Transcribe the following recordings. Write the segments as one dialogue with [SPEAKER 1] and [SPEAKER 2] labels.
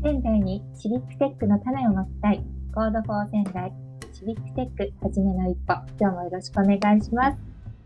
[SPEAKER 1] 仙台にシビックテックの種をまきたい。コードフォー仙台シビックテックはじめの一歩。今日もよろしくお願いします。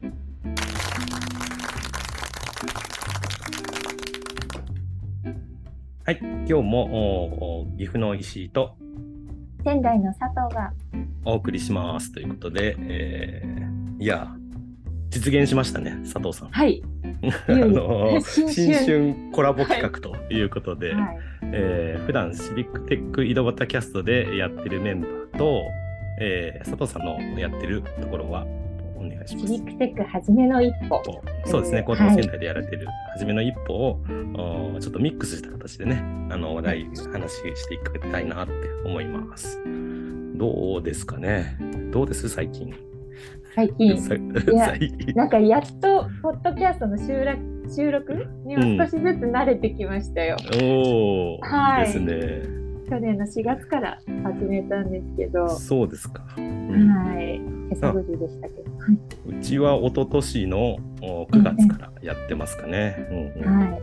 [SPEAKER 2] はい、今日も岐阜の石井と
[SPEAKER 1] 仙台の佐藤が
[SPEAKER 2] お送りしますということで、いや実現しましたね、佐藤さん。
[SPEAKER 1] はい。
[SPEAKER 2] 新春コラボ企画ということで、
[SPEAKER 1] はい
[SPEAKER 2] 普段シビックテック井戸端キャストでやってるメンバーと、佐藤さんのやってるところはお願いします。
[SPEAKER 1] シビックテックはじめの一歩。
[SPEAKER 2] そうですね、コードフォー仙台でやられてるはじめの一歩を、ちょっとミックスした形でね、話題話していきたいなって思います。どうですかね。どうです最近。
[SPEAKER 1] 最近なんかやっとポッドキャストの収録には少しずつ慣れてきましたよ。
[SPEAKER 2] おー、はい、いいですね。
[SPEAKER 1] 去年の4月から始めたんですけど。
[SPEAKER 2] そうですか。
[SPEAKER 1] はい。手探りでしたけど。
[SPEAKER 2] うちは一昨年の9月からやってますかね。
[SPEAKER 1] はい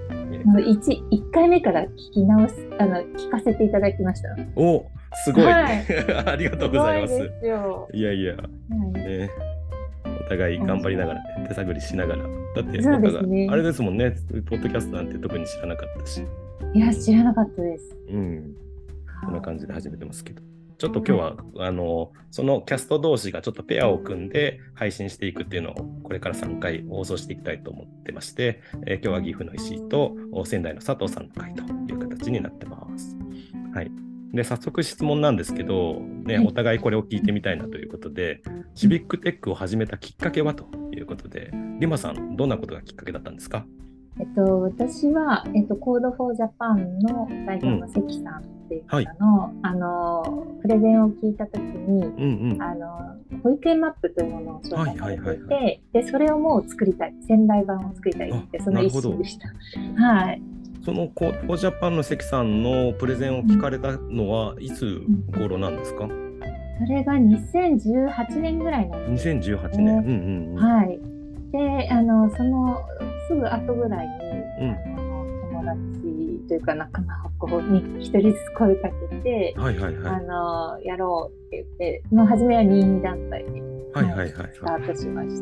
[SPEAKER 1] 。1回目から聞かせていただきました。
[SPEAKER 2] お、すごい。
[SPEAKER 1] はい、
[SPEAKER 2] ありがとうございます。
[SPEAKER 1] すごいですよ。
[SPEAKER 2] いやいや。ね、お互い頑張りながらね、手探りしながら。だって
[SPEAKER 1] そうですね、
[SPEAKER 2] あれですもんね、ポッドキャストなんて特に知らなかったし。
[SPEAKER 1] いや、知らなかったです。
[SPEAKER 2] こんな感じで始めてますけど。ちょっと今日は、そのキャスト同士がちょっとペアを組んで配信していくっていうのをこれから3回放送していきたいと思ってまして、今日は岐阜の石井と仙台の佐藤さんの回という形になってます。はい。で、早速質問なんですけど、ね、お互いこれを聞いてみたいなということで、シビックテックを始めたきっかけはということで、リマさん、どんなことがきっかけだったんですか？
[SPEAKER 1] 私は、コードフォージャパンの代表の関さんっていう方の、プレゼンを聞いたときに、保育園マップというものを紹介されていて、で、それをもう作りたい、仙台版を作りたいって、その一心でした。はい。
[SPEAKER 2] そのコードフォージャパンの関さんのプレゼンを聞かれたのはいつ頃なんですか？
[SPEAKER 1] それが2018年ぐらいなんですね。
[SPEAKER 2] 2018年。
[SPEAKER 1] はい。で、そのすぐ後ぐらいに、友達というか仲間に一人ずつ声かけて、やろうって言って、初めは任意団体でスタートしました。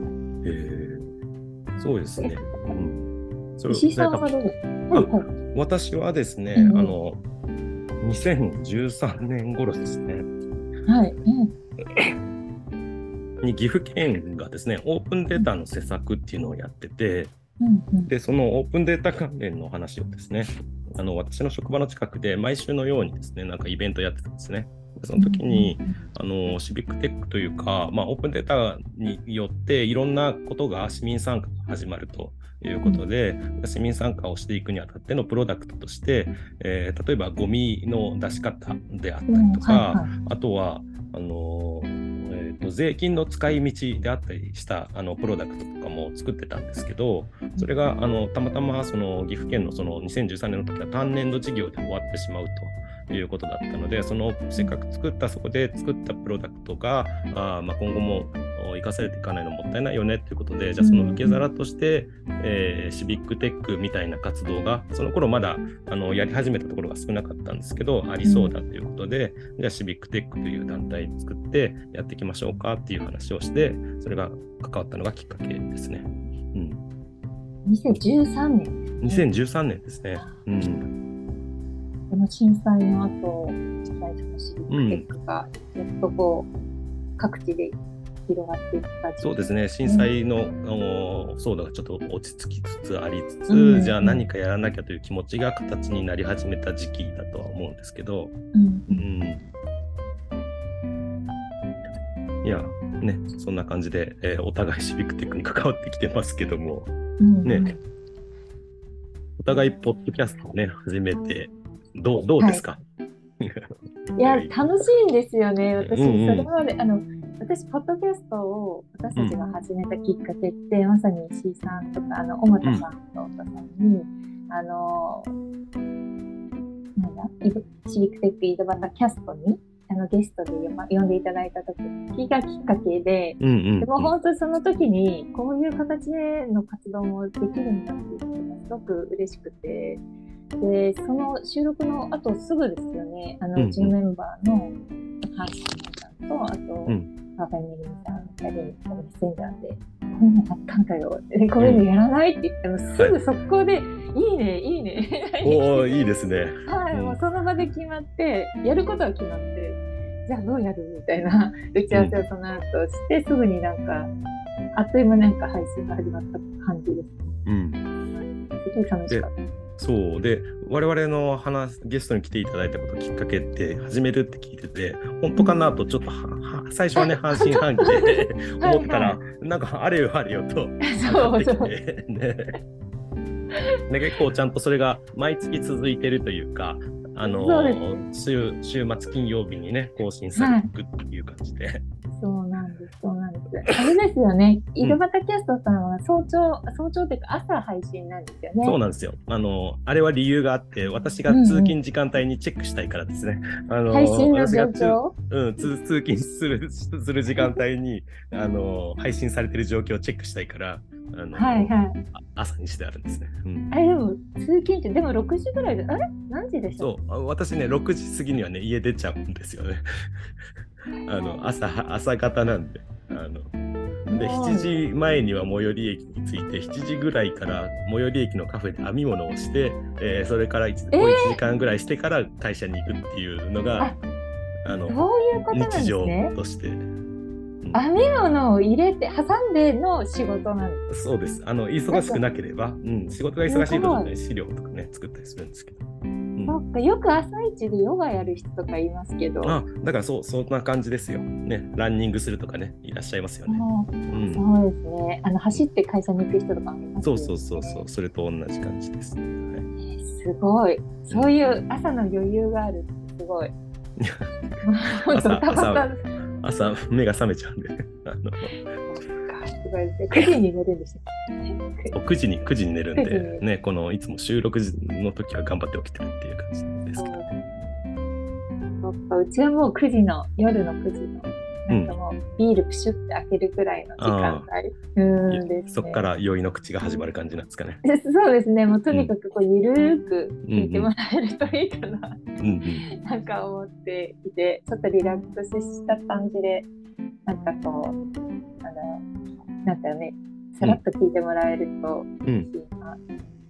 [SPEAKER 2] そうですね。
[SPEAKER 1] 石井さんはどうですか？
[SPEAKER 2] 私はですね、2013年頃ですね。
[SPEAKER 1] はい。
[SPEAKER 2] に岐阜県がですね、オープンデータの施策っていうのをやってて、でそのオープンデータ関連の話をですね、私の職場の近くで毎週のようにですね、なんかイベントやってたんですね。その時にシビックテックというか、オープンデータによっていろんなことが市民参加が始まるということで、市民参加をしていくにあたってのプロダクトとして、例えばゴミの出し方であったりとか、あとは税金の使い道であったりしたプロダクトとかも作ってたんですけど、それがたまたまその岐阜県のその2013年の時は単年度事業で終わってしまうということだったので、せっかくそこで作ったプロダクトが今後も生かされていかないのもったいないよねということで、じゃあその受け皿として、シビックテックみたいな活動がその頃まだやり始めたところが少なかったんですけど、ありそうだということで、じゃあシビックテックという団体作ってやっていきましょうかっていう話をして、それが関わったのがきっかけですね。
[SPEAKER 1] 2013年。
[SPEAKER 2] 2013年ですね。
[SPEAKER 1] この震災の後、最初のシビックテックがやっとこう各地で広がっていった時期。
[SPEAKER 2] そうですね。震災の騒動がちょっと落ち着きつつありつつ、じゃあ何かやらなきゃという気持ちが形になり始めた時期だとは思うんですけど、いやね、そんな感じで、お互いシビックテックに関わってきてますけども、ね、お互いポッドキャストをね始めてどうですか？
[SPEAKER 1] いや、楽しいんですよね。私、それまで私ポッドキャストを私たちが始めたきっかけって、まさに石井さんとか小俣さんと太田さんにシビックテック井戸端キャストにゲストで呼んでいただいた時がきっかけで、でも本当にその時にこういう形での活動もできるんだっていうことがすごく嬉しくて、 で、その収録の後すぐですよね、うちのメンバーのハンシーさんと、あと、パーフェミリーさん2人にメッセンジャーで、こんなのあったんだよ、こういうのやらないって言っても、すぐ速攻で、いいね、いいね。
[SPEAKER 2] おー、いいですね。
[SPEAKER 1] はい、もうその場で決まって、やることは決まって、じゃあどうやるみたいな打ち合わせをその後して、すぐになんか、あっという間なんか配信が始まった感じです。すごい楽しかった。
[SPEAKER 2] そうで、我々のゲストに来ていただいたこときっかけって始めるって聞いてて、本当かなとちょっと最初はね半信半疑で思ったら、なんかあれよあれよとなってきてね。結構ちゃんとそれが毎月続いてるというか、週末金曜日にね更新されていくっていう感じで。
[SPEAKER 1] そうなんです、そうなんです。あれですよね、井戸端キャストさんは早朝っていうか朝配信なんですよね。
[SPEAKER 2] そうなんですよ。あれは理由があって、私が通勤時間帯にチェックしたいからですね。
[SPEAKER 1] 配信の状況？
[SPEAKER 2] 通勤する時間帯に配信されてる状況をチェックしたいから、朝にしてあるんですね。
[SPEAKER 1] あれでも通勤ってでも6時ぐらいで、あれ何時でした？
[SPEAKER 2] そう、私ね6時過ぎにはね家出ちゃうんですよね。朝方なんで。で7時前には最寄り駅に着いて、7時ぐらいから最寄り駅のカフェで編み物をして、それから1時間ぐらいしてから会社に行くっていうのが、
[SPEAKER 1] そういうことなんですね。
[SPEAKER 2] 日常として。
[SPEAKER 1] 編み物を入れて挟んでの仕事なんです。
[SPEAKER 2] そうです。忙しくなければ、仕事が忙しいと、ね、資料とかね作ったりするんですけど。
[SPEAKER 1] そっか、よく朝一でヨガやる人とかいますけど。
[SPEAKER 2] だからそんな感じですよ。ね、ランニングするとかね、いらっしゃいますよね。
[SPEAKER 1] そうですね。走って会社に行く人とかもいますよね。
[SPEAKER 2] そう、それと同じ感じです。
[SPEAKER 1] すごい。そういう朝の余裕があるってすごい。
[SPEAKER 2] 朝目が覚めちゃうんで。
[SPEAKER 1] すごいですね。9時に寝るんですよ。
[SPEAKER 2] 9時に寝るんで、ね、このいつも収録の時は頑張って起きてるっていう感じですけど。
[SPEAKER 1] うちはもう夜の9時の、なんかもうビールプシュって開けるくらいの時間帯ですね。そ
[SPEAKER 2] こから酔いの口が始まる感じなんですかね。
[SPEAKER 1] そうですね。もうとにかくゆるーく聞いてもらえるといいかな、なんか思っていて、ちょっとリラックスした感じで、なんかこう、なんかね、さらっと聞いてもらえると嬉しいな。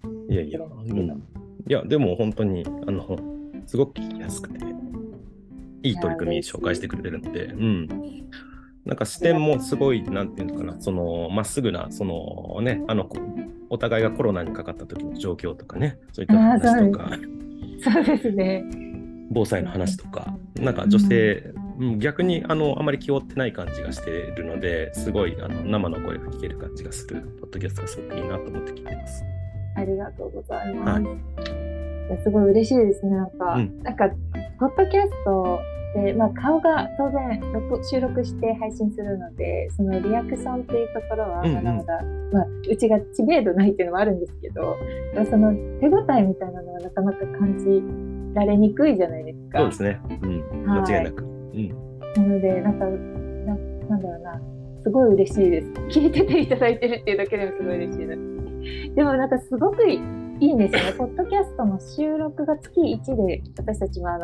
[SPEAKER 2] いや、でも本当にすごく聞きやすくて、いい取り組み紹介してくれてるので、なんか視点もすごい、なんていうのかな、まっすぐな、ね、お互いがコロナにかかった時の状況とかね、そういった話とか、
[SPEAKER 1] そうですね。
[SPEAKER 2] 防災の話とか、なんか女性、逆にあまり気負ってない感じがしているので、すごい生の声が聞ける感じがするポッドキャストがすごくいいなと思って聞いてます。
[SPEAKER 1] ありがとうございます。すごい嬉しいですね。なんかポッドキャストで、顔が当然収録して配信するので、そのリアクションっていうところはまだまだ、うちが知名度ないっていうのもあるんですけど、その手応えみたいなのはなかなか感じられにくいじゃないですか。
[SPEAKER 2] そうですね。間違いなく。
[SPEAKER 1] なのでなんだろうな、すごい嬉しいです。聞いてていただいてるっていうだけでもすごい嬉しいです。でもなんかすごくいいんですよね。ポッドキャストの収録が月1で、私たちも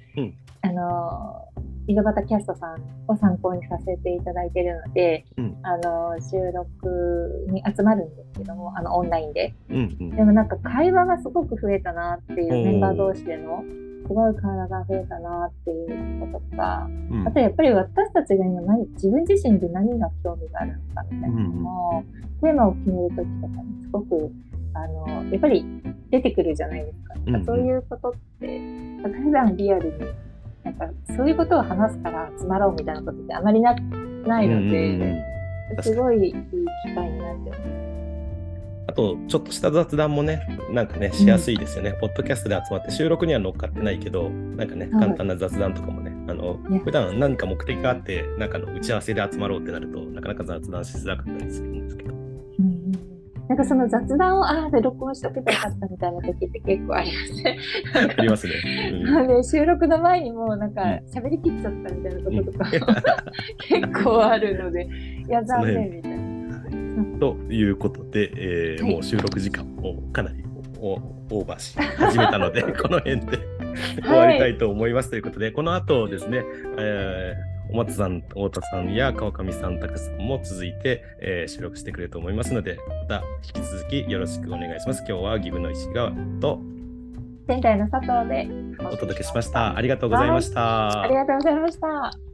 [SPEAKER 1] 井戸端キャストさんを参考にさせていただいているので、収録に集まるんですけども、オンラインで、でもなんか会話がすごく増えたなっていう、メンバー同士でのすごい会話が増えたなっていうこととか、あとやっぱり私たちが今自分自身で何が興味があるのかみたいなのも、テーマを決めるときとかにすごくやっぱり出てくるじゃないですか。そういうことって普段リアルになんかそういうことを話すから集まろうみたいなことってあまりないので、すごいいい機会になってます。
[SPEAKER 2] あとちょっとした雑談もね、なんかねしやすいですよね。ポッドキャストで集まって収録には乗っかってないけど、なんかね簡単な雑談とかもね、普段何か目的があってなんかの打ち合わせで集まろうってなるとなかなか雑談しづらかったりするんですけど。
[SPEAKER 1] なんかその雑談をで録音しとけばよかったみたいな時って結構ありますね。
[SPEAKER 2] ありますね。
[SPEAKER 1] 収録の前にもなんか喋りきっちゃったみたいなこととか、結構あるので、いや残念みたいな。
[SPEAKER 2] ということで、もう収録時間もかなりオーバーし始めたのでこの辺で終わりたいと思いますということで、この後ですね、お松さん、太田さんや川上さん、拓さんも続いて、収録してくれると思いますので、また引き続きよろしくお願いします。今日は岐阜の石川と
[SPEAKER 1] 仙台の佐藤で
[SPEAKER 2] お届けしました。ありがとうございました。
[SPEAKER 1] ありがとうございました。